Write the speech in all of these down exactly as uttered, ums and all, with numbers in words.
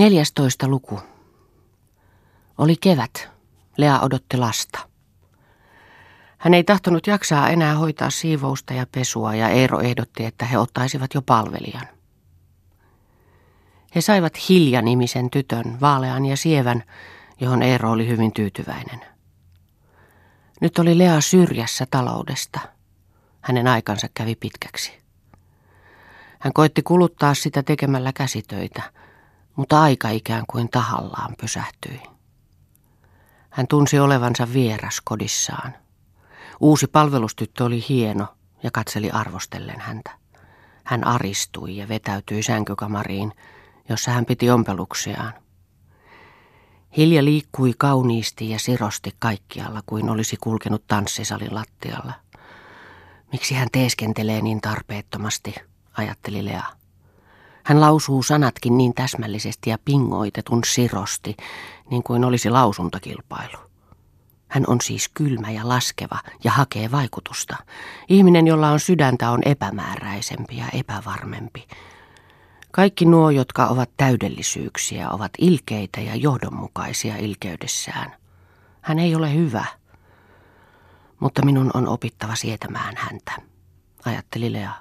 Neljästoista luku. Oli kevät. Lea odotti lasta. Hän ei tahtonut jaksaa enää hoitaa siivousta ja pesua, ja Eero ehdotti, että he ottaisivat jo palvelijan. He saivat Hilja-nimisen tytön, vaalean ja sievän, johon Eero oli hyvin tyytyväinen. Nyt oli Lea syrjässä taloudesta. Hänen aikansa kävi pitkäksi. Hän koitti kuluttaa sitä tekemällä käsitöitä, mutta aika ikään kuin tahallaan pysähtyi. Hän tunsi olevansa vieras kodissaan. Uusi palvelustyttö oli hieno ja katseli arvostellen häntä. Hän aristui ja vetäytyi sänkykamariin, jossa hän piti ompeluksiaan. Hilja liikkui kauniisti ja sirosti kaikkialla, kuin olisi kulkenut tanssisalin lattialla. Miksi hän teeskentelee niin tarpeettomasti, ajatteli Lea. Hän lausuu sanatkin niin täsmällisesti ja pingoitetun sirosti, niin kuin olisi lausuntakilpailu. Hän on siis kylmä ja laskeva ja hakee vaikutusta. Ihminen, jolla on sydäntä, on epämääräisempi ja epävarmempi. Kaikki nuo, jotka ovat täydellisyyksiä, ovat ilkeitä ja johdonmukaisia ilkeydessään. Hän ei ole hyvä, mutta minun on opittava sietämään häntä, ajatteli Lea.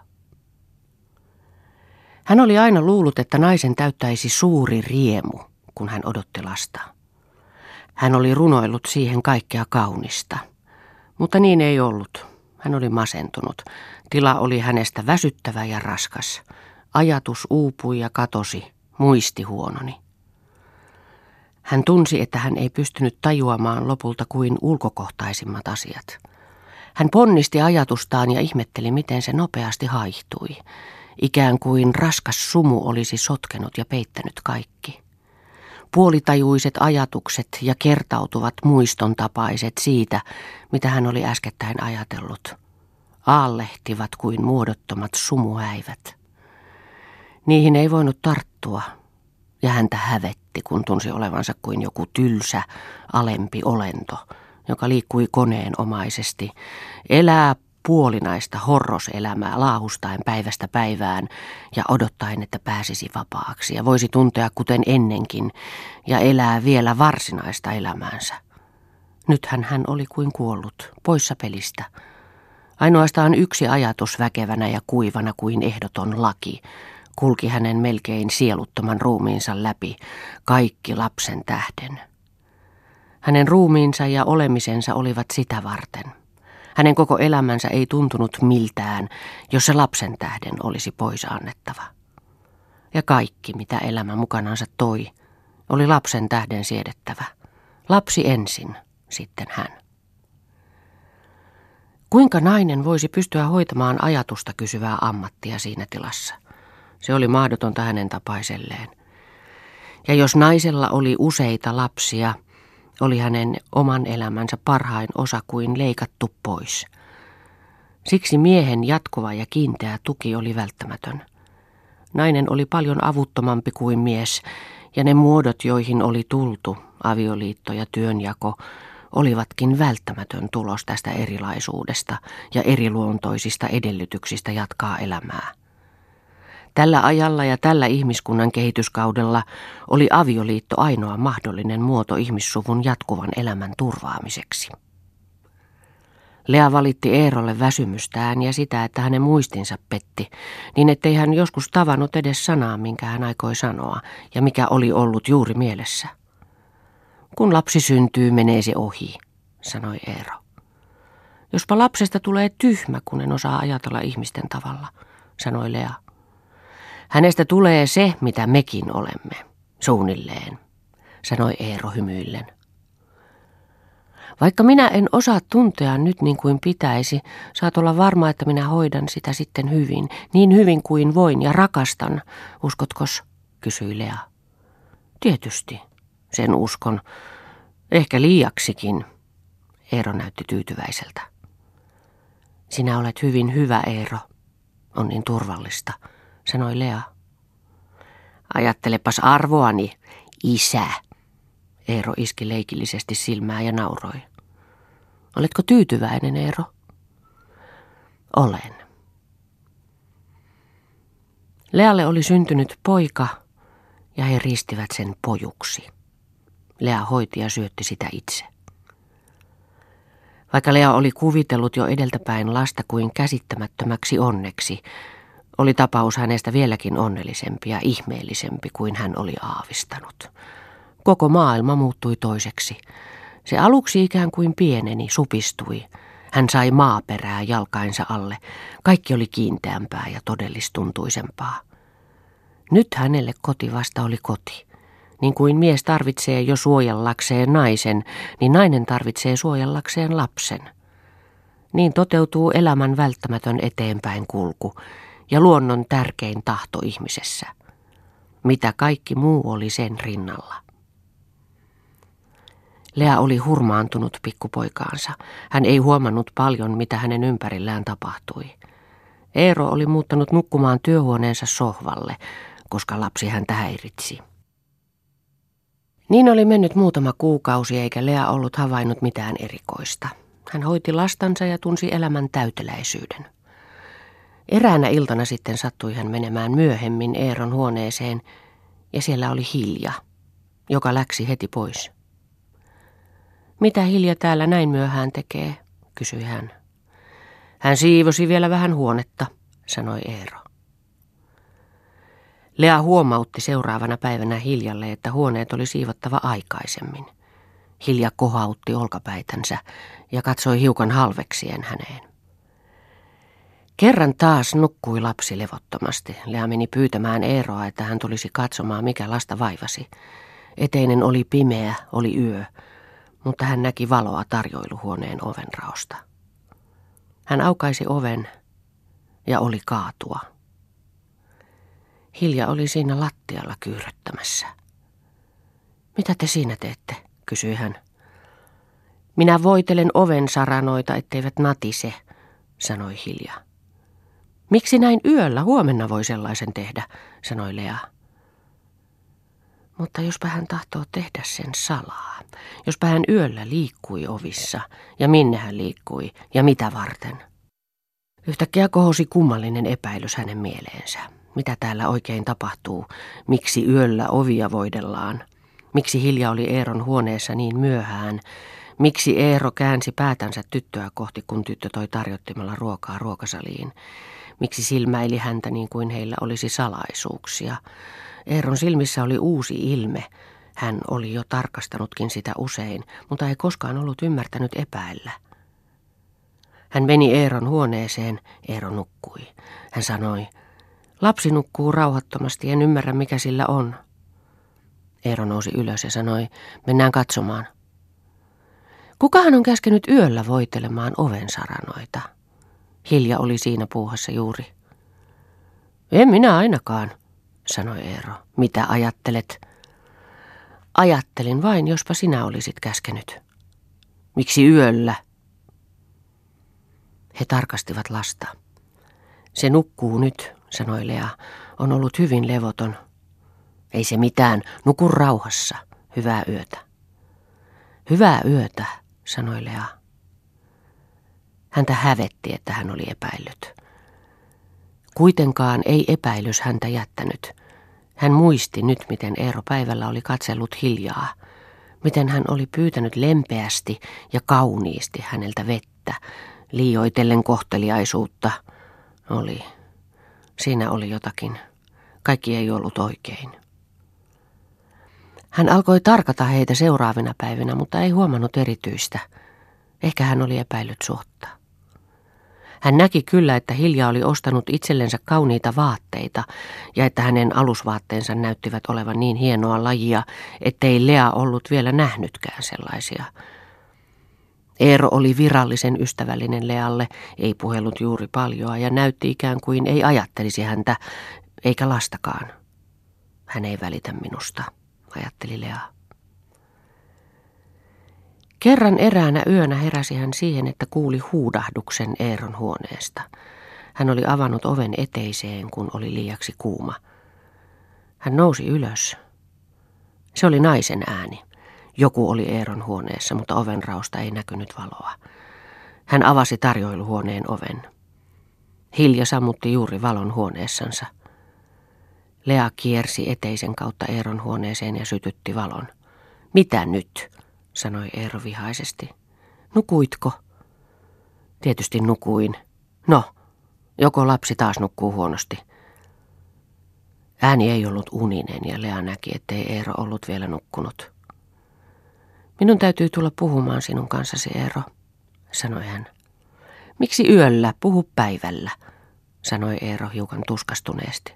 Hän oli aina luullut, että naisen täyttäisi suuri riemu, kun hän odotti lasta. Hän oli runoillut siihen kaikkea kaunista, mutta niin ei ollut. Hän oli masentunut. Tila oli hänestä väsyttävä ja raskas. Ajatus uupui ja katosi, muisti huononi. Hän tunsi, että hän ei pystynyt tajuamaan lopulta kuin ulkokohtaisimmat asiat. Hän ponnisti ajatustaan ja ihmetteli, miten se nopeasti haihtui. Ikään kuin raskas sumu olisi sotkenut ja peittänyt kaikki. Puolitajuiset ajatukset ja kertautuvat muiston tapaiset siitä, mitä hän oli äskettäin ajatellut. Aallehtivat kuin muodottomat sumuhäivät. Niihin ei voinut tarttua, ja häntä hävetti, kun tunsi olevansa kuin joku tylsä, alempi olento, joka liikkui koneenomaisesti, elää puolinaista horroselämää laahustaen päivästä päivään ja odottaen, että pääsisi vapaaksi ja voisi tuntea kuten ennenkin ja elää vielä varsinaista elämäänsä. Nythän hän oli kuin kuollut, poissa pelistä. Ainoastaan yksi ajatus väkevänä ja kuivana kuin ehdoton laki kulki hänen melkein sieluttoman ruumiinsa läpi, kaikki lapsen tähden. Hänen ruumiinsa ja olemisensa olivat sitä varten. Hänen koko elämänsä ei tuntunut miltään, jos se lapsen tähden olisi pois annettava. Ja kaikki, mitä elämä mukanansa toi, oli lapsen tähden siedettävä. Lapsi ensin, sitten hän. Kuinka nainen voisi pystyä hoitamaan ajatusta kysyvää ammattia siinä tilassa? Se oli mahdotonta hänen tapaiselleen. Ja jos naisella oli useita lapsia, oli hänen oman elämänsä parhain osa kuin leikattu pois. Siksi miehen jatkuva ja kiinteä tuki oli välttämätön. Nainen oli paljon avuttomampi kuin mies, ja ne muodot, joihin oli tultu, avioliitto ja työnjako, olivatkin välttämätön tulos tästä erilaisuudesta ja eriluontoisista edellytyksistä jatkaa elämää. Tällä ajalla ja tällä ihmiskunnan kehityskaudella oli avioliitto ainoa mahdollinen muoto ihmissuvun jatkuvan elämän turvaamiseksi. Lea valitti Eerolle väsymystään ja sitä, että hänen muistinsa petti, niin ettei hän joskus tavannut edes sanaa, minkä hän aikoi sanoa ja mikä oli ollut juuri mielessä. Kun lapsi syntyy, menee se ohi, sanoi Eero. Jospa lapsesta tulee tyhmä, kun en osaa ajatella ihmisten tavalla, sanoi Lea. Hänestä tulee se, mitä mekin olemme, suunnilleen, sanoi Eero hymyillen. Vaikka minä en osaa tuntea nyt niin kuin pitäisi, saat olla varma, että minä hoidan sitä sitten hyvin, niin hyvin kuin voin ja rakastan, uskotkos, kysyi Lea. Tietysti, sen uskon, ehkä liiaksikin, Eero näytti tyytyväiseltä. Sinä olet hyvin hyvä, Eero, on niin turvallista, sanoi Lea. Ajattelepas arvoani, isä. Eero iski leikillisesti silmää ja nauroi. Oletko tyytyväinen, Eero? Olen. Lealle oli syntynyt poika ja he ristivät sen pojuksi. Lea hoiti ja syötti sitä itse. Vaikka Lea oli kuvitellut jo edeltäpäin lasta kuin käsittämättömäksi onneksi, oli tapaus hänestä vieläkin onnellisempi ja ihmeellisempi kuin hän oli aavistanut. Koko maailma muuttui toiseksi. Se aluksi ikään kuin pieneni, supistui. Hän sai maaperää jalkainsa alle. Kaikki oli kiinteämpää ja todellistuntuisempaa. Nyt hänelle koti vasta oli koti. Niin kuin mies tarvitsee jo suojellakseen naisen, niin nainen tarvitsee suojellakseen lapsen. Niin toteutuu elämän välttämätön eteenpäin kulku ja luonnon tärkein tahto ihmisessä. Mitä kaikki muu oli sen rinnalla. Lea oli hurmaantunut pikkupoikaansa. Hän ei huomannut paljon, mitä hänen ympärillään tapahtui. Eero oli muuttanut nukkumaan työhuoneensa sohvalle, koska lapsi häntä häiritsi. Niin oli mennyt muutama kuukausi, eikä Lea ollut havainnut mitään erikoista. Hän hoiti lastansa ja tunsi elämän täyteläisyyden. Eräänä iltana sitten sattui hän menemään myöhemmin Eeron huoneeseen, ja siellä oli Hilja, joka läksi heti pois. Mitä Hilja täällä näin myöhään tekee, kysyi hän. Hän siivosi vielä vähän huonetta, sanoi Eero. Lea huomautti seuraavana päivänä Hiljalle, että huoneet oli siivottava aikaisemmin. Hilja kohautti olkapäitänsä ja katsoi hiukan halveksien häneen. Kerran taas nukkui lapsi levottomasti. Lea meni pyytämään Eeroa, että hän tulisi katsomaan, mikä lasta vaivasi. Eteinen oli pimeä, oli yö, mutta hän näki valoa tarjoiluhuoneen ovenraosta. Hän aukaisi oven ja oli kaatua. Hilja oli siinä lattialla kyyröttämässä. Mitä te siinä teette, kysyi hän. Minä voitelen oven saranoita, etteivät natise, sanoi Hilja. Miksi näin yöllä? Huomenna voi sellaisen tehdä, sanoi Lea. Mutta jospa hän tahtoo tehdä sen salaa. Jospa hän yöllä liikkui ovissa, ja minne hän liikkui, ja mitä varten. Yhtäkkiä kohosi kummallinen epäilys hänen mieleensä. Mitä täällä oikein tapahtuu? Miksi yöllä ovia voidellaan? Miksi Hilja oli Eeron huoneessa niin myöhään? Miksi Eero käänsi päätänsä tyttöä kohti, kun tyttö toi tarjottimella ruokaa ruokasaliin? Miksi silmäili häntä niin kuin heillä olisi salaisuuksia? Eeron silmissä oli uusi ilme. Hän oli jo tarkastanutkin sitä usein, mutta ei koskaan ollut ymmärtänyt epäillä. Hän meni Eeron huoneeseen. Eero nukkui. Hän sanoi, lapsi nukkuu rauhattomasti, en ymmärrä mikä sillä on. Eero nousi ylös ja sanoi, mennään katsomaan. Kukahan on käskenyt yöllä voitelemaan ovensaranoita? Hilja oli siinä puuhassa juuri. En minä ainakaan, sanoi Eero. Mitä ajattelet? Ajattelin vain, jospa sinä olisit käskenyt. Miksi yöllä? He tarkastivat lasta. Se nukkuu nyt, sanoi Lea. On ollut hyvin levoton. Ei se mitään, nuku rauhassa. Hyvää yötä. Hyvää yötä, sanoi Lea. Häntä hävetti, että hän oli epäillyt. Kuitenkaan ei epäilys häntä jättänyt. Hän muisti nyt, miten Eero päivällä oli katsellut Hiljaa. Miten hän oli pyytänyt lempeästi ja kauniisti häneltä vettä, liioitellen kohteliaisuutta. Oli. Siinä oli jotakin. Kaikki ei ollut oikein. Hän alkoi tarkata heitä seuraavina päivinä, mutta ei huomannut erityistä. Ehkä hän oli epäillyt suotta. Hän näki kyllä, että Hilja oli ostanut itsellensä kauniita vaatteita ja että hänen alusvaatteensa näyttivät olevan niin hienoa lajia, ettei Lea ollut vielä nähnytkään sellaisia. Eero oli virallisen ystävällinen Lealle, ei puhellut juuri paljoa ja näytti ikään kuin ei ajattelisi häntä eikä lastakaan. Hän ei välitä minusta, ajatteli Lea. Kerran eräänä yönä heräsi hän siihen, että kuuli huudahduksen Eeron huoneesta. Hän oli avannut oven eteiseen, kun oli liiaksi kuuma. Hän nousi ylös. Se oli naisen ääni. Joku oli Eeron huoneessa, mutta ovenraosta ei näkynyt valoa. Hän avasi tarjoiluhuoneen oven. Hilja sammutti juuri valon huoneessansa. Lea kiersi eteisen kautta Eeron huoneeseen ja sytytti valon. Mitä nyt? Sanoi Eero vihaisesti. Nukuitko? Tietysti nukuin. No, joko lapsi taas nukkuu huonosti? Ääni ei ollut uninen ja Lea näki, ettei Eero ollut vielä nukkunut. Minun täytyy tulla puhumaan sinun kanssasi, Eero, sanoi hän. Miksi yöllä? Puhu päivällä, sanoi Eero hiukan tuskastuneesti.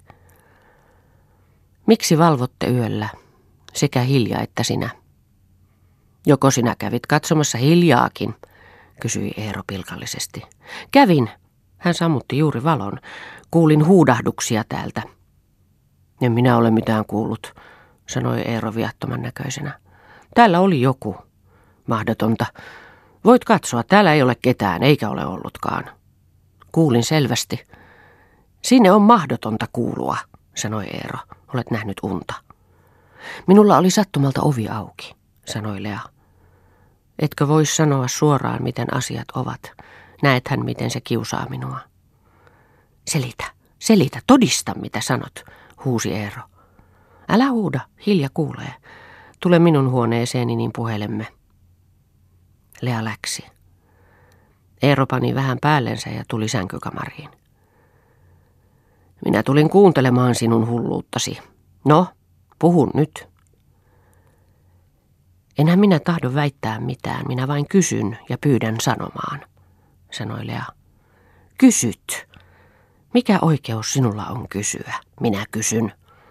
Miksi valvotte yöllä, sekä Hilja että sinä? Joko sinä kävit katsomassa Hiljaakin, kysyi Eero pilkallisesti. Kävin. Hän sammutti juuri valon. Kuulin huudahduksia täältä. En minä ole mitään kuullut, sanoi Eero viattoman näköisenä. Täällä oli joku. Mahdotonta. Voit katsoa, täällä ei ole ketään, eikä ole ollutkaan. Kuulin selvästi. Sinne on mahdotonta kuulua, sanoi Eero. Olet nähnyt unta. Minulla oli sattumalta ovi auki, sanoi Lea. Etkö voi sanoa suoraan, miten asiat ovat? Näethän, miten se kiusaa minua. Selitä, selitä, todista, mitä sanot, huusi Eero. Älä huuda, Hilja kuulee. Tule minun huoneeseeni, niin puhelemme. Lea läksi. Eero pani vähän päällensä ja tuli sänkykamariin. Minä tulin kuuntelemaan sinun hulluuttasi. No, puhun nyt. Enhän minä tahdo väittää mitään, minä vain kysyn ja pyydän sanomaan, sanoi Lea. Kysyt. Mikä oikeus sinulla on kysyä? Minä kysyn.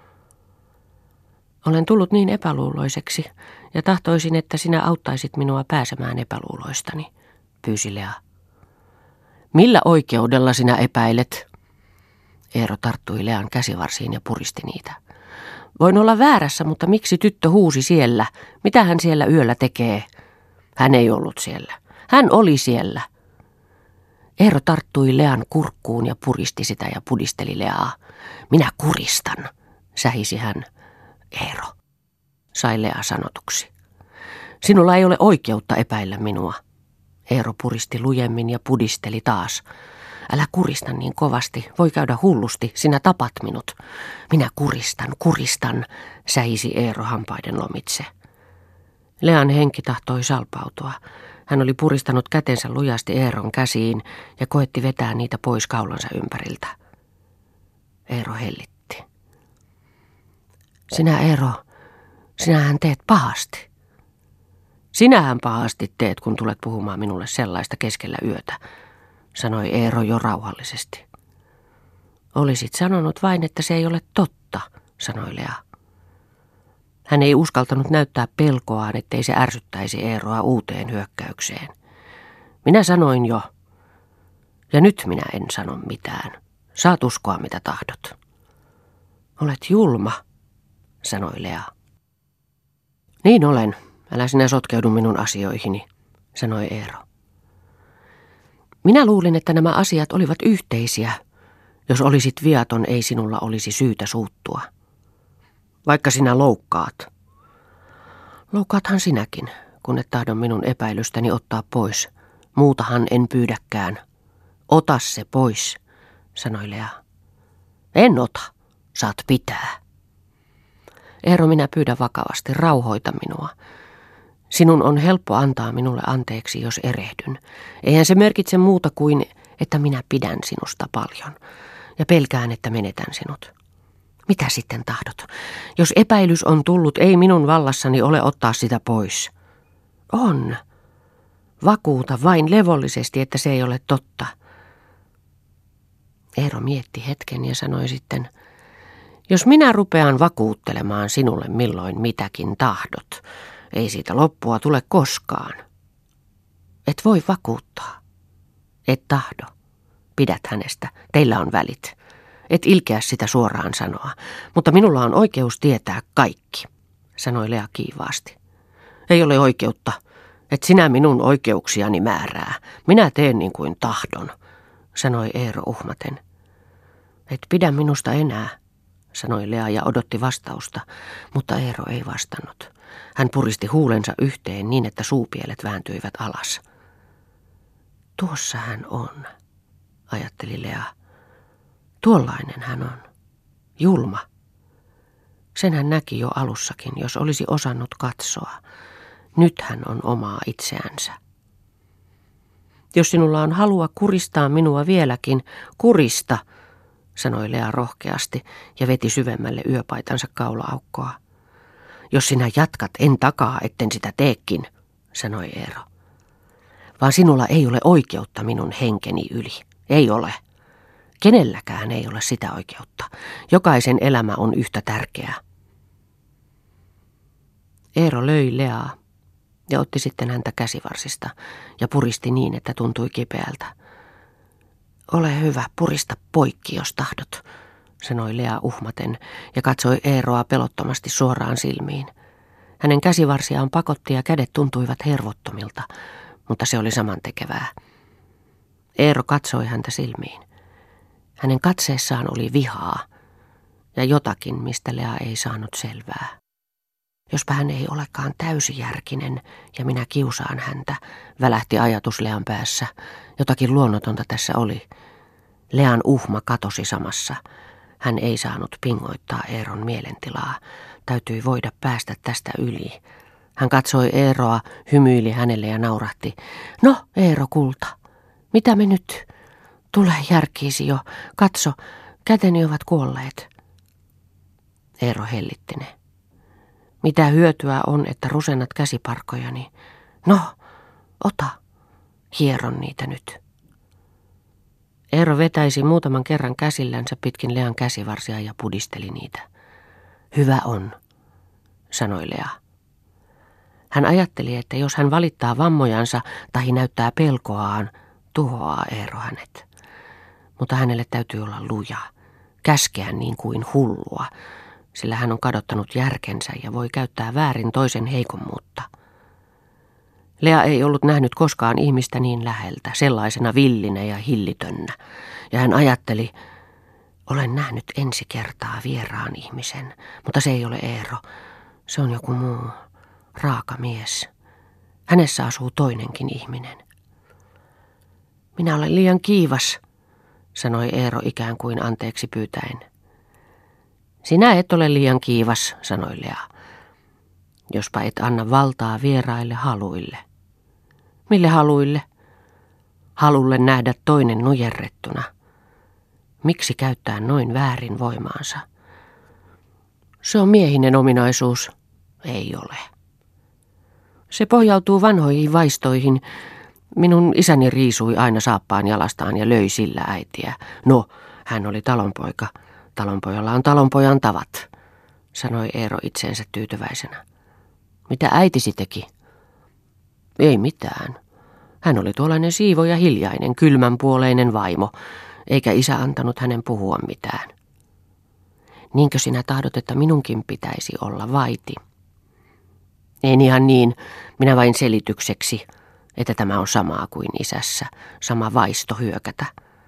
Olen tullut niin epäluuloiseksi ja tahtoisin, että sinä auttaisit minua pääsemään epäluuloistani, pyysi Lea. Millä oikeudella sinä epäilet? Eero tarttui Lean käsivarsiin ja puristi niitä. Voin olla väärässä, mutta miksi tyttö huusi siellä? Mitä hän siellä yöllä tekee? Hän ei ollut siellä. Hän oli siellä. Eero tarttui Lean kurkkuun ja puristi sitä ja pudisteli Leaa. Minä kuristan, sähisi hän. Eero, sai Lea sanotuksi. Sinulla ei ole oikeutta epäillä minua. Eero puristi lujemmin ja pudisteli taas. Älä kurista niin kovasti, voi käydä hullusti, sinä tapat minut. Minä kuristan, kuristan, sähisi Eero hampaiden lomitse. Lean henki tahtoi salpautua. Hän oli puristanut kätensä lujasti Eeron käsiin ja koetti vetää niitä pois kaulansa ympäriltä. Eero hellitti. Sinä, Eero, sinähän teet pahasti. Sinähän pahasti teet, kun tulet puhumaan minulle sellaista keskellä yötä, sanoi Eero jo rauhallisesti. Olisit sanonut vain, että se ei ole totta, sanoi Lea. Hän ei uskaltanut näyttää pelkoaan, ettei se ärsyttäisi Eeroa uuteen hyökkäykseen. Minä sanoin jo, ja nyt minä en sano mitään. Saat uskoa, mitä tahdot. Olet julma, sanoi Lea. Niin olen, älä sinä sotkeudu minun asioihini, sanoi Eero. Minä luulin, että nämä asiat olivat yhteisiä. Jos olisit viaton, ei sinulla olisi syytä suuttua. Vaikka sinä loukkaat. Loukkaathan sinäkin, kun et tahdo minun epäilystäni ottaa pois. Muutahan en pyydäkään. Ota se pois, sanoi Lea. En ota, saat pitää. Eero, minä pyydän vakavasti, rauhoita minua. Sinun on helppo antaa minulle anteeksi, jos erehdyn. Eihän se merkitse muuta kuin, että minä pidän sinusta paljon ja pelkään, että menetän sinut. Mitä sitten tahdot? Jos epäilys on tullut, ei minun vallassani ole ottaa sitä pois. On. Vakuuta vain levollisesti, että se ei ole totta. Eero mietti hetken ja sanoi sitten, jos minä rupean vakuuttelemaan sinulle milloin mitäkin tahdot, ei siitä loppua tule koskaan. Et voi vakuuttaa. Et tahdo. Pidät hänestä. Teillä on välit. Et ilkeä sitä suoraan sanoa, mutta minulla on oikeus tietää kaikki, sanoi Lea kiivaasti. Ei ole oikeutta, et sinä minun oikeuksiani määrää. Minä teen niin kuin tahdon, sanoi Eero uhmaten. Et pidä minusta enää, sanoi Lea ja odotti vastausta, mutta Eero ei vastannut. Hän puristi huulensa yhteen niin, että suupielet vääntyivät alas. Tuossa hän on, ajatteli Lea. Tuollainen hän on. Julma. Sen hän näki jo alussakin, jos olisi osannut katsoa. Nyt hän on omaa itseänsä. Jos sinulla on halua kuristaa minua vieläkin, kurista, sanoi Lea rohkeasti ja veti syvemmälle yöpaitansa kaulaaukkoa. Jos sinä jatkat, en takaa, etten sitä teekin, sanoi Eero. Vaan sinulla ei ole oikeutta minun henkeni yli. Ei ole. Kenelläkään ei ole sitä oikeutta. Jokaisen elämä on yhtä tärkeää. Eero löi Leaa ja otti sitten häntä käsivarsista ja puristi niin, että tuntui kipeältä. Ole hyvä, purista poikki, jos tahdot, sanoi Lea uhmaten ja katsoi Eeroa pelottomasti suoraan silmiin. Hänen käsivarsiaan pakotti ja kädet tuntuivat hervottomilta, mutta se oli samantekevää. Eero katsoi häntä silmiin. Hänen katseessaan oli vihaa ja jotakin, mistä Lea ei saanut selvää. Jospa hän ei olekaan täysijärkinen ja minä kiusaan häntä, välähti ajatus Lean päässä. Jotakin luonnotonta tässä oli. Lean uhma katosi samassa. Hän ei saanut pingoittaa Eeron mielentilaa. Täytyi voida päästä tästä yli. Hän katsoi Eeroa, hymyili hänelle ja naurahti. No, Eero kulta, mitä me nyt? Tule järkiisi jo. Katso, käteni ovat kuolleet. Eero hellitti ne. Mitä hyötyä on, että rusennat käsiparkkojani? No, ota, hieron niitä nyt. Eero vetäisi muutaman kerran käsillänsä pitkin Lean käsivarsia ja pudisteli niitä. Hyvä on, sanoi Lea. Hän ajatteli, että jos hän valittaa vammojansa tai näyttää pelkoaan, tuhoaa Eero hänet. Mutta hänelle täytyy olla luja, käskeä niin kuin hullua, sillä hän on kadottanut järkensä ja voi käyttää väärin toisen heikommuutta. Lea ei ollut nähnyt koskaan ihmistä niin läheltä, sellaisena villinä ja hillitönnä, ja hän ajatteli, olen nähnyt ensi kertaa vieraan ihmisen, mutta se ei ole Eero, se on joku muu, raaka mies. Hänessä asuu toinenkin ihminen. Minä olen liian kiivas, sanoi Eero ikään kuin anteeksi pyytäen. Sinä et ole liian kiivas, sanoi Lea. Jospa et anna valtaa vieraille haluille. Mille haluille? Halulle nähdä toinen nujerrettuna. Miksi käyttää noin väärin voimaansa? Se on miehinen ominaisuus. Ei ole. Se pohjautuu vanhoihin vaistoihin. Minun isäni riisui aina saappaan jalastaan ja löi sillä äitiä. No, hän oli talonpoika. Talonpojalla on talonpojan tavat, sanoi Eero itseensä tyytyväisenä. Mitä äitisi teki? Ei mitään. Hän oli tuollainen siivo ja hiljainen, kylmänpuoleinen vaimo, eikä isä antanut hänen puhua mitään. Niinkö sinä tahdot, että minunkin pitäisi olla vaiti? En ihan niin, minä vain selitykseksi, että tämä on samaa kuin isässä, sama vaisto hyökätä.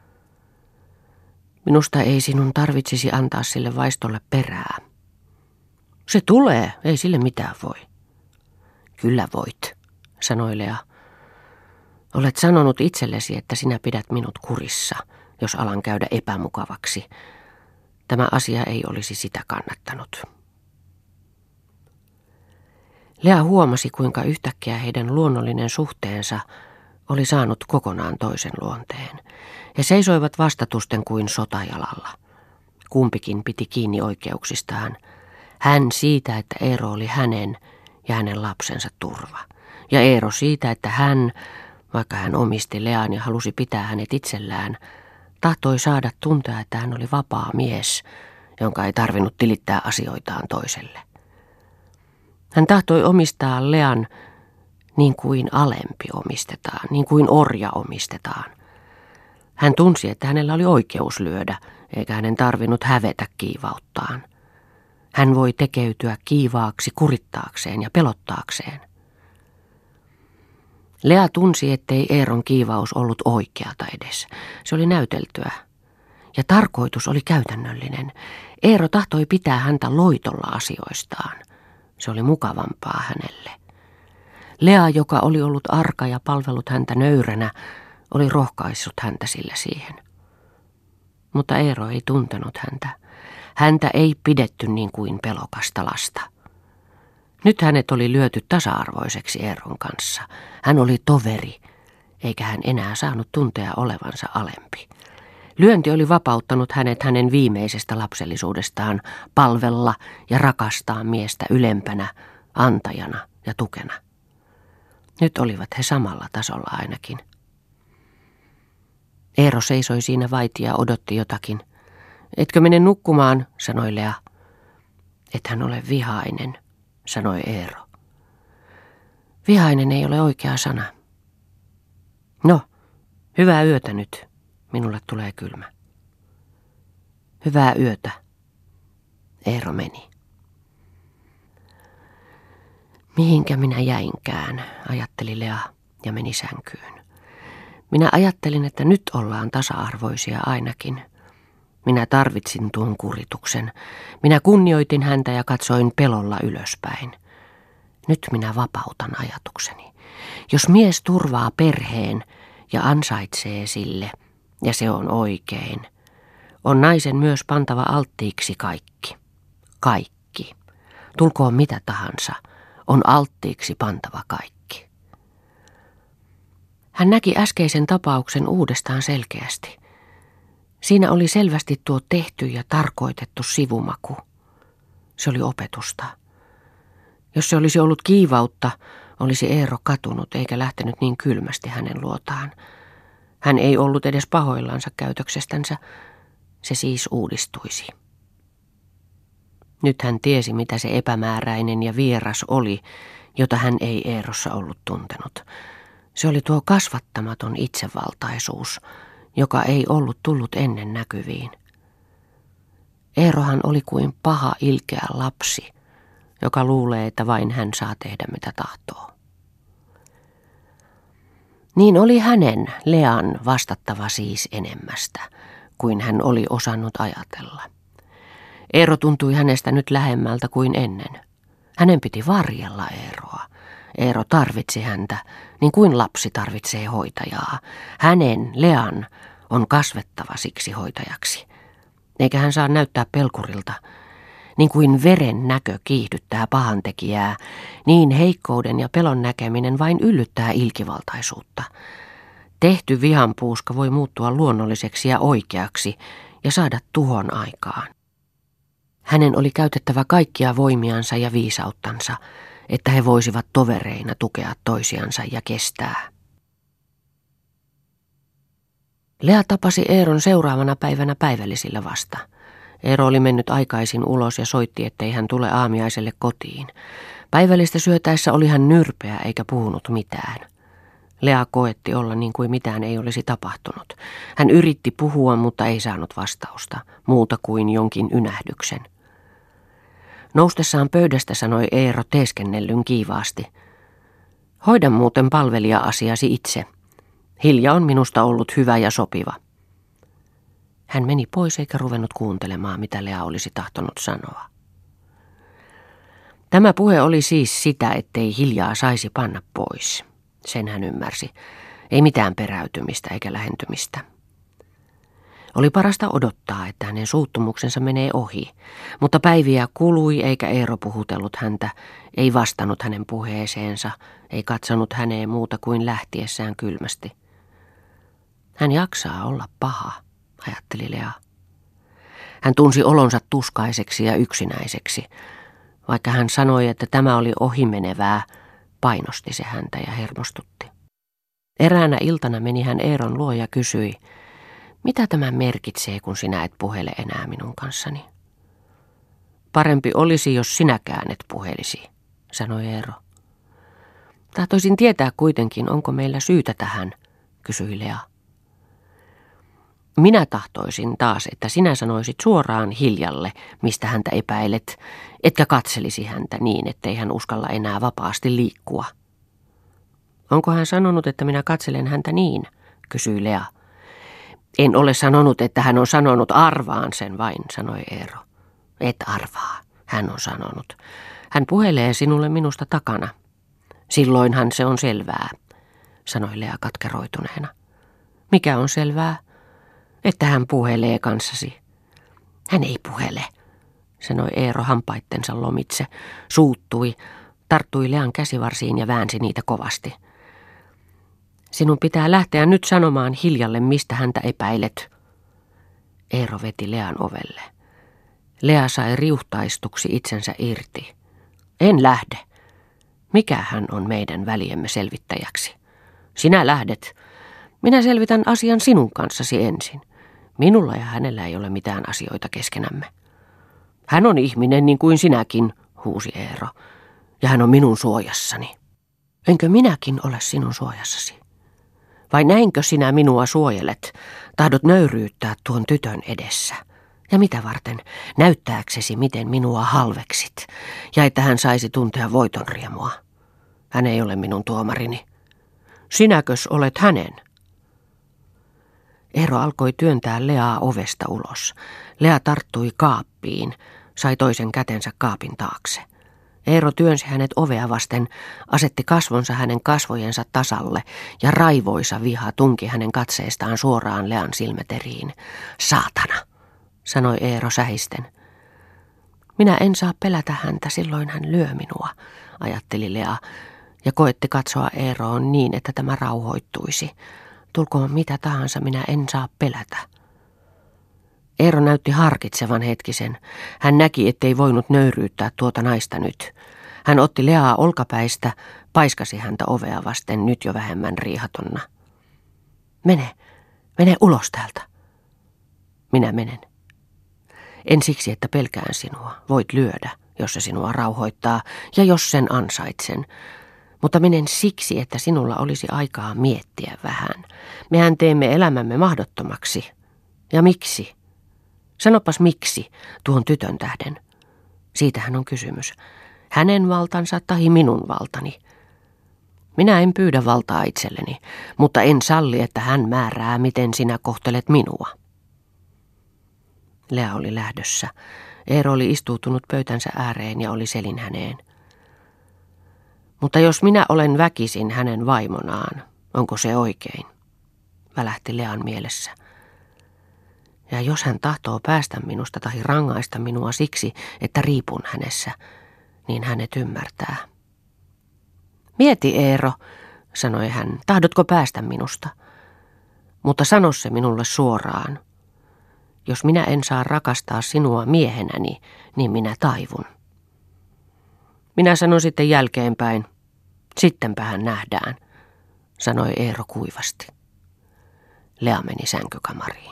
Minusta ei sinun tarvitsisi antaa sille vaistolle perää. Se tulee, ei sille mitään voi. Kyllä voit, sanoi Lea. Olet sanonut itsellesi, että sinä pidät minut kurissa, jos alan käydä epämukavaksi. Tämä asia ei olisi sitä kannattanut. Lea huomasi, kuinka yhtäkkiä heidän luonnollinen suhteensa oli saanut kokonaan toisen luonteen. He seisoivat vastatusten kuin sotajalalla. Kumpikin piti kiinni oikeuksistaan. Hän siitä, että Eero oli hänen ja hänen lapsensa turva. Ja Eero siitä, että hän, vaikka hän omisti Lean ja halusi pitää hänet itsellään, tahtoi saada tuntea, että hän oli vapaa mies, jonka ei tarvinnut tilittää asioitaan toiselle. Hän tahtoi omistaa Lean niin kuin alempi omistetaan, niin kuin orja omistetaan. Hän tunsi, että hänellä oli oikeus lyödä, eikä hänen tarvinnut hävetä kiivauttaan. Hän voi tekeytyä kiivaaksi kurittaakseen ja pelottaakseen. Lea tunsi, ettei Eeron kiivaus ollut oikeata edes. Se oli näyteltyä. Ja tarkoitus oli käytännöllinen. Eero tahtoi pitää häntä loitolla asioistaan. Se oli mukavampaa hänelle. Lea, joka oli ollut arka ja palvellut häntä nöyränä, oli rohkaissut häntä sillä siihen. Mutta Eero ei tuntenut häntä. Häntä ei pidetty niin kuin pelokasta lasta. Nyt hänet oli lyöty tasa-arvoiseksi Eeron kanssa. Hän oli toveri, eikä hän enää saanut tuntea olevansa alempi. Lyönti oli vapauttanut hänet hänen viimeisestä lapsellisuudestaan palvella ja rakastaa miestä ylempänä, antajana ja tukena. Nyt olivat he samalla tasolla ainakin. Eero seisoi siinä vaiti ja odotti jotakin. Etkö mene nukkumaan, sanoi Lea. Et hän ole vihainen, sanoi Eero. Vihainen ei ole oikea sana. No, hyvää yötä nyt. Minulle tulee kylmä. Hyvää yötä. Eero meni. Mihinkä minä jäinkään, ajatteli Lea ja meni sänkyyn. Minä ajattelin, että nyt ollaan tasa-arvoisia ainakin. Minä tarvitsin tuon kurituksen. Minä kunnioitin häntä ja katsoin pelolla ylöspäin. Nyt minä vapautan ajatukseni. Jos mies turvaa perheen ja ansaitsee sille, ja se on oikein, on naisen myös pantava alttiiksi kaikki. Kaikki. Tulkoon mitä tahansa, on alttiiksi pantava kaikki. Hän näki äskeisen tapauksen uudestaan selkeästi. Siinä oli selvästi tuo tehty ja tarkoitettu sivumaku. Se oli opetusta. Jos se olisi ollut kiivautta, olisi Eero katunut eikä lähtenyt niin kylmästi hänen luotaan. Hän ei ollut edes pahoillansa käytöksestänsä, se siis uudistuisi. Nyt hän tiesi, mitä se epämääräinen ja vieras oli, jota hän ei Eerossa ollut tuntenut. Se oli tuo kasvattamaton itsevaltaisuus, joka ei ollut tullut ennen näkyviin. Eerohan oli kuin paha ilkeä lapsi, joka luulee, että vain hän saa tehdä mitä tahtoo. Niin oli hänen, Lean, vastattava siis enemmästä, kuin hän oli osannut ajatella. Eero tuntui hänestä nyt lähemmältä kuin ennen. Hänen piti varjella Eeroa. Eero tarvitsi häntä, niin kuin lapsi tarvitsee hoitajaa. Hänen, Lean, on kasvettava siksi hoitajaksi. Eikä hän saa näyttää pelkurilta. Niin kuin veren näkö kiihdyttää pahantekijää, niin heikkouden ja pelon näkeminen vain yllyttää ilkivaltaisuutta. Tehty vihanpuuska voi muuttua luonnolliseksi ja oikeaksi ja saada tuhon aikaan. Hänen oli käytettävä kaikkia voimiansa ja viisauttansa, että he voisivat tovereina tukea toisiansa ja kestää. Lea tapasi Eeron seuraavana päivänä päivällisillä vasta. Eero oli mennyt aikaisin ulos ja soitti, ettei hän tule aamiaiselle kotiin. Päivällistä syötäessä oli hän nyrpeä eikä puhunut mitään. Lea koetti olla niin kuin mitään ei olisi tapahtunut. Hän yritti puhua, mutta ei saanut vastausta, muuta kuin jonkin ynähdyksen. Noustessaan pöydästä sanoi Eero teeskennellyn kiivaasti. Hoida muuten palvelija-asiasi itse. Hilja on minusta ollut hyvä ja sopiva. Hän meni pois eikä ruvennut kuuntelemaan, mitä Lea olisi tahtonut sanoa. Tämä puhe oli siis sitä, ettei Hiljaa saisi panna pois. Sen hän ymmärsi. Ei mitään peräytymistä eikä lähentymistä. Oli parasta odottaa, että hänen suuttumuksensa menee ohi, mutta päiviä kului eikä Eero puhutellut häntä, ei vastannut hänen puheeseensa, ei katsonut häneen muuta kuin lähtiessään kylmästi. Hän jaksaa olla paha, ajatteli Lea. Hän tunsi olonsa tuskaiseksi ja yksinäiseksi. Vaikka hän sanoi, että tämä oli ohimenevää, painosti se häntä ja hermostutti. Eräänä iltana meni hän Eeron luo ja kysyi, mitä tämä merkitsee, kun sinä et puhele enää minun kanssani? Parempi olisi, jos sinäkään et puhelisi, sanoi Eero. Tahtoisin tietää kuitenkin, onko meillä syytä tähän, kysyi Lea. Minä tahtoisin taas, että sinä sanoisit suoraan Hiljalle, mistä häntä epäilet, etkä katselisi häntä niin, ettei hän uskalla enää vapaasti liikkua. Onko hän sanonut, että minä katselen häntä niin, kysyi Lea. En ole sanonut, että hän on sanonut, arvaan sen vain, sanoi Eero. Et arvaa, hän on sanonut. Hän puhelee sinulle minusta takana. Silloinhan se on selvää, sanoi Lea katkeroituneena. Mikä on selvää? Että hän puhelee kanssasi. Hän ei puhele, sanoi Eero hampaittensa lomitse, suuttui, tarttui Lean käsivarsiin ja väänsi niitä kovasti. Sinun pitää lähteä nyt sanomaan Hiljalle, mistä häntä epäilet. Eero veti Lean ovelle. Lea sai riuhtaistuksi itsensä irti. En lähde. Mikä hän on meidän väliemme selvittäjäksi? Sinä lähdet. Minä selvitän asian sinun kanssasi ensin. Minulla ja hänellä ei ole mitään asioita keskenämme. Hän on ihminen niin kuin sinäkin, huusi Eero, ja hän on minun suojassani. Enkö minäkin ole sinun suojassasi? Vai näinkö sinä minua suojelet? Tahdot nöyryyttää tuon tytön edessä. Ja mitä varten? Näyttääksesi, miten minua halveksit, ja että hän saisi tuntea voitonriemua. Hän ei ole minun tuomarini. Sinäkös olet hänen? Eero alkoi työntää Leaa ovesta ulos. Lea tarttui kaappiin, sai toisen kätensä kaapin taakse. Eero työnsi hänet ovea vasten, asetti kasvonsa hänen kasvojensa tasalle ja raivoisa viha tunki hänen katseestaan suoraan Lean silmäteriin. Saatana, sanoi Eero sähisten. Minä en saa pelätä häntä, silloin hän lyö minua, ajatteli Lea ja koetti katsoa Eeroon niin, että tämä rauhoittuisi. Tulkoon mitä tahansa, minä en saa pelätä. Eero näytti harkitsevan hetkisen. Hän näki, ettei voinut nöyryyttää tuota naista nyt. Hän otti Leaa olkapäistä, paiskasi häntä ovea vasten nyt jo vähemmän riihatonna. Mene, mene ulos täältä. Minä menen. En siksi, että pelkään sinua. Voit lyödä, jos se sinua rauhoittaa ja jos sen ansaitsen. Mutta menen siksi, että sinulla olisi aikaa miettiä vähän. Mehän teemme elämämme mahdottomaksi. Ja miksi? Sanopas miksi tuon tytön tähden. Siitähän on kysymys. Hänen valtansa tai minun valtani. Minä en pyydä valtaa itselleni, mutta en salli, että hän määrää, miten sinä kohtelet minua. Lea oli lähdössä. Eero oli istuutunut pöytänsä ääreen ja oli selin häneen. Mutta jos minä olen väkisin hänen vaimonaan, onko se oikein? Välähti Lean mielessä. Ja jos hän tahtoo päästä minusta tai rangaista minua siksi, että riipun hänessä, niin hänet ymmärtää. Mieti, Eero, sanoi hän, tahdotko päästä minusta? Mutta sano se minulle suoraan. Jos minä en saa rakastaa sinua miehenäni, niin minä taivun. Minä sanon sitten jälkeenpäin. Sittenpähän nähdään, sanoi Eero kuivasti. Lea meni sänkykamariin.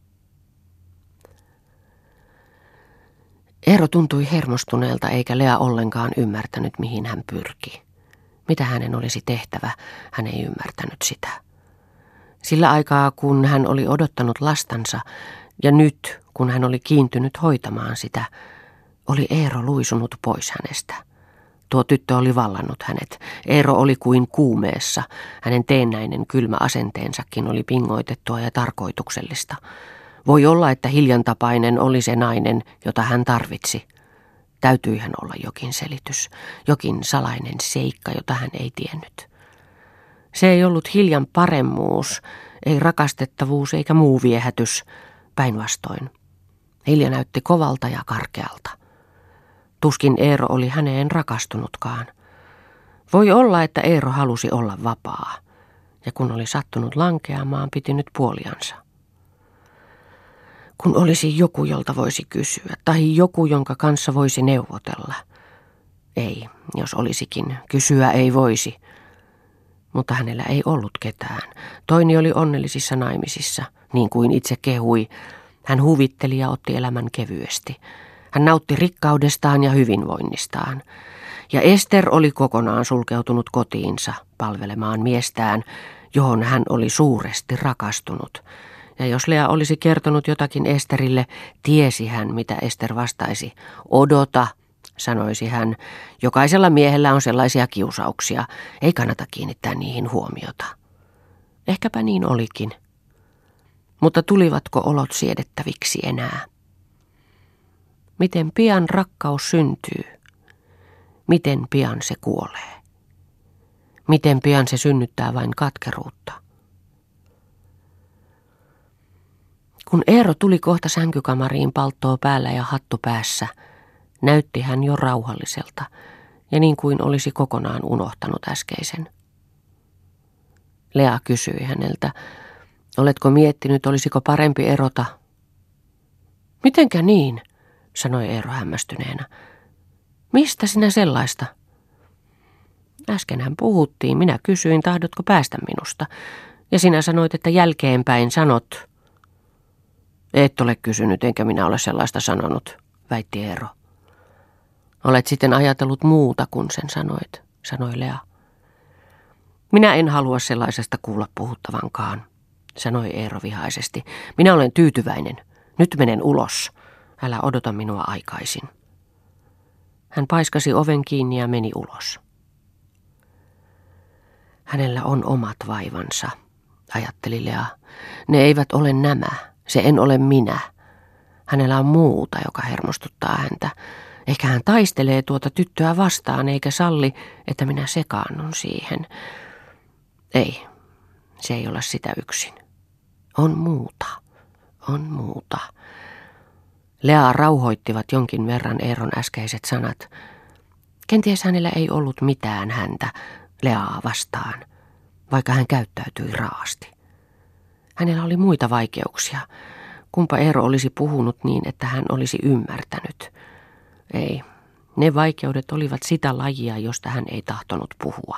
Eero tuntui hermostuneelta eikä Lea ollenkaan ymmärtänyt, mihin hän pyrki. Mitä hänen olisi tehtävä, hän ei ymmärtänyt sitä. Sillä aikaa, kun hän oli odottanut lastansa ja nyt, kun hän oli kiintynyt hoitamaan sitä, oli Eero luisunut pois hänestä. Tuo tyttö oli vallannut hänet. Eero oli kuin kuumeessa. Hänen teennäinen kylmä asenteensakin oli pingoitettua ja tarkoituksellista. Voi olla, että Hiljantapainen oli se nainen, jota hän tarvitsi. Täytyihän olla jokin selitys, jokin salainen seikka, jota hän ei tiennyt. Se ei ollut Hiljan paremmuus, ei rakastettavuus eikä muu viehätys, päinvastoin. Hilja näytti kovalta ja karkealta. Tuskin Eero oli häneen rakastunutkaan. Voi olla, että Eero halusi olla vapaa, ja kun oli sattunut lankeamaan, piti nyt puoliansa. Kun olisi joku, jolta voisi kysyä, tai joku, jonka kanssa voisi neuvotella. Ei, jos olisikin, kysyä ei voisi. Mutta hänellä ei ollut ketään. Toini oli onnellisissa naimisissa, niin kuin itse kehui. Hän huvitteli ja otti elämän kevyesti. Hän nautti rikkaudestaan ja hyvinvoinnistaan. Ja Ester oli kokonaan sulkeutunut kotiinsa palvelemaan miestään, johon hän oli suuresti rakastunut. Ja jos Lea olisi kertonut jotakin Esterille, tiesi hän, mitä Ester vastaisi. Odota, sanoisi hän, jokaisella miehellä on sellaisia kiusauksia, ei kannata kiinnittää niihin huomiota. Ehkäpä niin olikin. Mutta tulivatko olot siedettäviksi enää? Miten pian rakkaus syntyy? Miten pian se kuolee? Miten pian se synnyttää vain katkeruutta? Kun Eero tuli kohta sänkykamariin palttoo päällä ja hattu päässä, Näytti hän jo rauhalliselta ja niin kuin olisi kokonaan unohtanut äskeisen. Lea kysyi häneltä, oletko miettinyt, olisiko parempi erota? Mitenkä niin, sanoi Eero hämmästyneenä. Mistä sinä sellaista? Äskenhän puhuttiin, minä kysyin, tahdotko päästä minusta, ja sinä sanoit, että jälkeenpäin sanot. Et ole kysynyt, enkä minä ole sellaista sanonut, väitti Eero. Olet sitten ajatellut muuta kuin sen sanoit, sanoi Lea. Minä en halua sellaisesta kuulla puhuttavankaan, sanoi Eero vihaisesti. Minä olen tyytyväinen. Nyt menen ulos. Älä odota minua aikaisin. Hän paiskasi oven kiinni ja meni ulos. Hänellä on omat vaivansa, ajatteli Lea. Ne eivät ole nämä. Se en ole minä. Hänellä on muuta, joka hermostuttaa häntä. Ehkä hän taistelee tuota tyttöä vastaan, eikä salli, että minä sekaannun siihen. Ei, se ei ole sitä yksin. On muuta, on muuta. Leaa rauhoittivat jonkin verran Eeron äskeiset sanat. Kenties hänellä ei ollut mitään häntä, Leaa vastaan, vaikka hän käyttäytyi raasti. Hänellä oli muita vaikeuksia. Kumpa Eero olisi puhunut niin, että hän olisi ymmärtänyt. Ei, ne vaikeudet olivat sitä lajia, josta hän ei tahtonut puhua.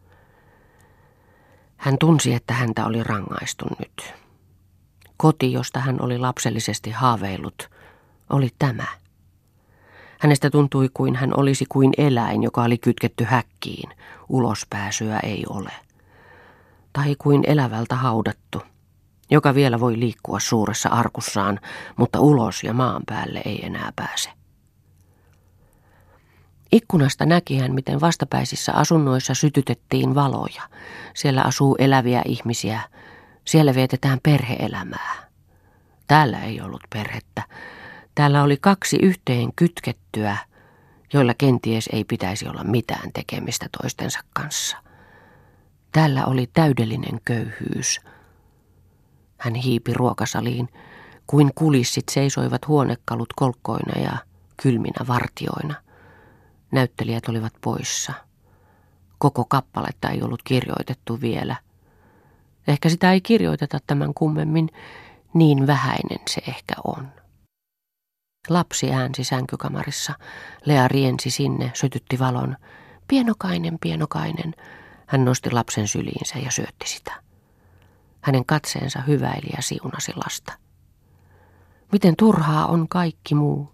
Hän tunsi, että häntä oli rangaistu nyt. Koti, josta hän oli lapsellisesti haaveillut, oli tämä. Hänestä tuntui kuin hän olisi kuin eläin, joka oli kytketty häkkiin. Ulospääsyä ei ole. Tai kuin elävältä haudattu, joka vielä voi liikkua suuressa arkussaan, mutta ulos ja maan päälle ei enää pääse. Ikkunasta näki hän, miten vastapäisissä asunnoissa sytytettiin valoja. Siellä asuu eläviä ihmisiä. Siellä vietetään perhe-elämää. Täällä ei ollut perhettä. Täällä oli kaksi yhteen kytkettyä, joilla kenties ei pitäisi olla mitään tekemistä toistensa kanssa. Täällä oli täydellinen köyhyys. Hän hiipi ruokasaliin, kuin kulissit seisoivat huonekalut kolkkoina ja kylminä vartioina. Näyttelijät olivat poissa. Koko kappaletta ei ollut kirjoitettu vielä. Ehkä sitä ei kirjoiteta tämän kummemmin, niin vähäinen se ehkä on. Lapsi äänsi sänkykamarissa. Lea riensi sinne, sytytti valon. Pienokainen, pienokainen. Hän nosti lapsen syliinsä ja syötti sitä. Hänen katseensa hyväili ja siunasi lasta. Miten turhaa on kaikki muu.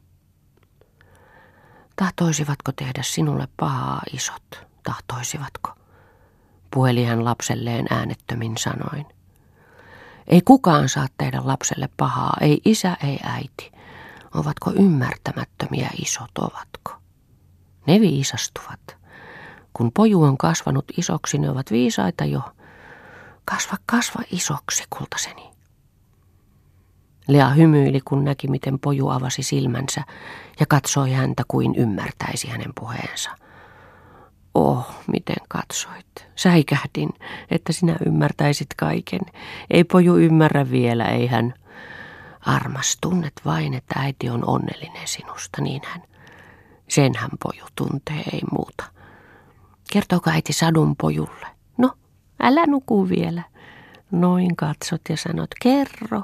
Tahtoisivatko tehdä sinulle pahaa isot, tahtoisivatko? Puheli hän lapselleen äänettömin sanoin. Ei kukaan saa tehdä lapselle pahaa, ei isä, ei äiti. Ovatko ymmärtämättömiä isot, ovatko? Ne viisastuvat. Kun poju on kasvanut isoksi, ne ovat viisaita jo. Kasva, kasva isoksi, kultaseni. Lea hymyili, kun näki, miten poju avasi silmänsä ja katsoi häntä kuin ymmärtäisi hänen puheensa. Oh, miten katsoit. Säikähdin, että sinä ymmärtäisit kaiken. Ei poju ymmärrä vielä, ei hän. Armas, tunnet vain, että äiti on onnellinen sinusta, niin hän. Sen hän poju tuntee, ei muuta. Kertooko äiti sadun pojulle? No, älä nuku vielä. Noin katsot ja sanot, kerro.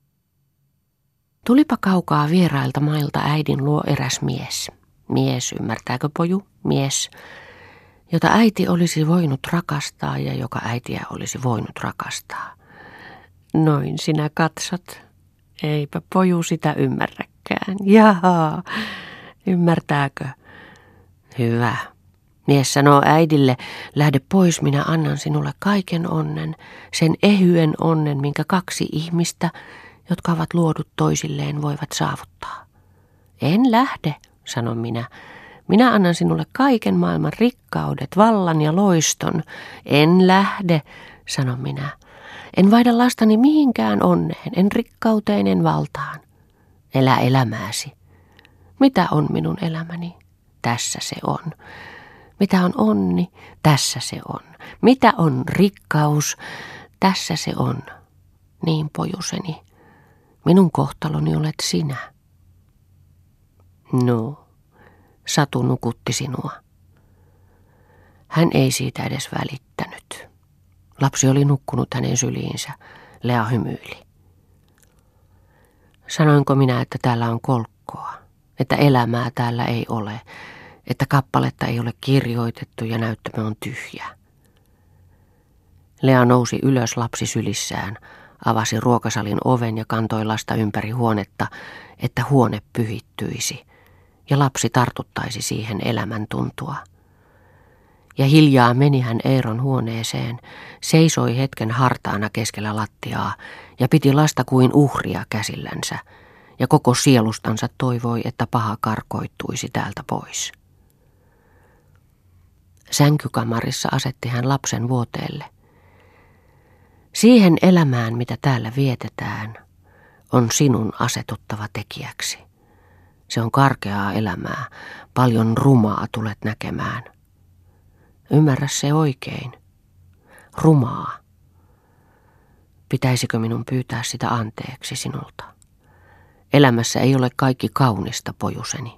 Tulipa kaukaa vierailta mailta äidin luo eräs mies. Mies, ymmärtääkö poju? Mies, jota äiti olisi voinut rakastaa ja joka äitiä olisi voinut rakastaa. Noin sinä katsot. Eipä poju sitä ymmärräkään. Jaha, ymmärtääkö? Hyvä. Mies sanoo äidille, lähde pois, minä annan sinulle kaiken onnen, sen ehyen onnen, minkä kaksi ihmistä, jotka ovat luodut toisilleen, voivat saavuttaa. En lähde, sanon minä. Minä annan sinulle kaiken maailman rikkaudet, vallan ja loiston. En lähde, sanon minä. En vaihda lastani mihinkään onneen, en rikkauteen, en valtaan. Elä elämääsi. Mitä on minun elämäni? Tässä se on. Mitä on onni? Tässä se on. Mitä on rikkaus? Tässä se on. Niin, pojuseni, minun kohtaloni olet sinä. No, Satu nukutti sinua. Hän ei siitä edes välittänyt. Lapsi oli nukkunut hänen syliinsä. Lea hymyili. Sanoinko minä, että täällä on kolkkoa, että elämää täällä ei ole, että kappaletta ei ole kirjoitettu ja näyttämö on tyhjä. Lea nousi ylös lapsi sylissään, avasi ruokasalin oven ja kantoi lasta ympäri huonetta, että huone pyhittyisi ja lapsi tartuttaisi siihen elämän tuntua. Ja hiljaa meni hän Eeron huoneeseen, seisoi hetken hartaana keskellä lattiaa ja piti lasta kuin uhria käsillänsä, ja koko sielustansa toivoi, että paha karkoittuisi täältä pois. Sänkykamarissa asetti hän lapsen vuoteelle. Siihen elämään, mitä täällä vietetään, on sinun asetuttava tekijäksi. Se on karkeaa elämää, paljon rumaa tulet näkemään. Ymmärrä se oikein. Rumaa. Pitäisikö minun pyytää sitä anteeksi sinulta? Elämässä ei ole kaikki kaunista, pojuseni.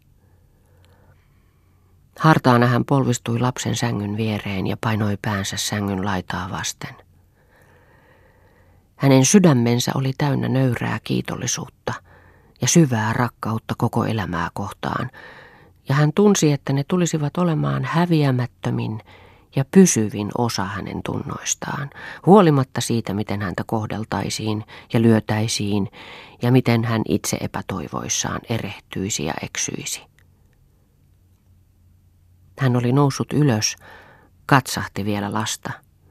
Hartaana hän polvistui lapsen sängyn viereen ja painoi päänsä sängyn laitaa vasten. Hänen sydämensä oli täynnä nöyrää kiitollisuutta ja syvää rakkautta koko elämää kohtaan, ja hän tunsi, että ne tulisivat olemaan häviämättömin ja pysyvin osa hänen tunnoistaan, huolimatta siitä, miten häntä kohdeltaisiin ja lyötäisiin ja miten hän itse epätoivoissaan erehtyisi ja eksyisi. Hän oli noussut ylös, katsahti vielä lasta.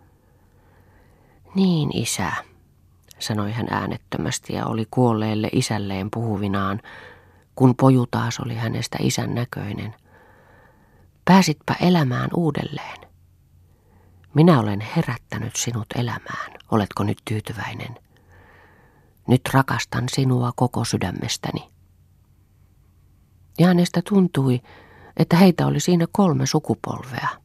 Niin, isä, sanoi hän äänettömästi ja oli kuolleelle isälleen puhuvinaan, kun poju taas oli hänestä isän näköinen. Pääsitpä elämään uudelleen. Minä olen herättänyt sinut elämään. Oletko nyt tyytyväinen? Nyt rakastan sinua koko sydämestäni. Ja hänestä tuntui, että heitä oli siinä kolme sukupolvea.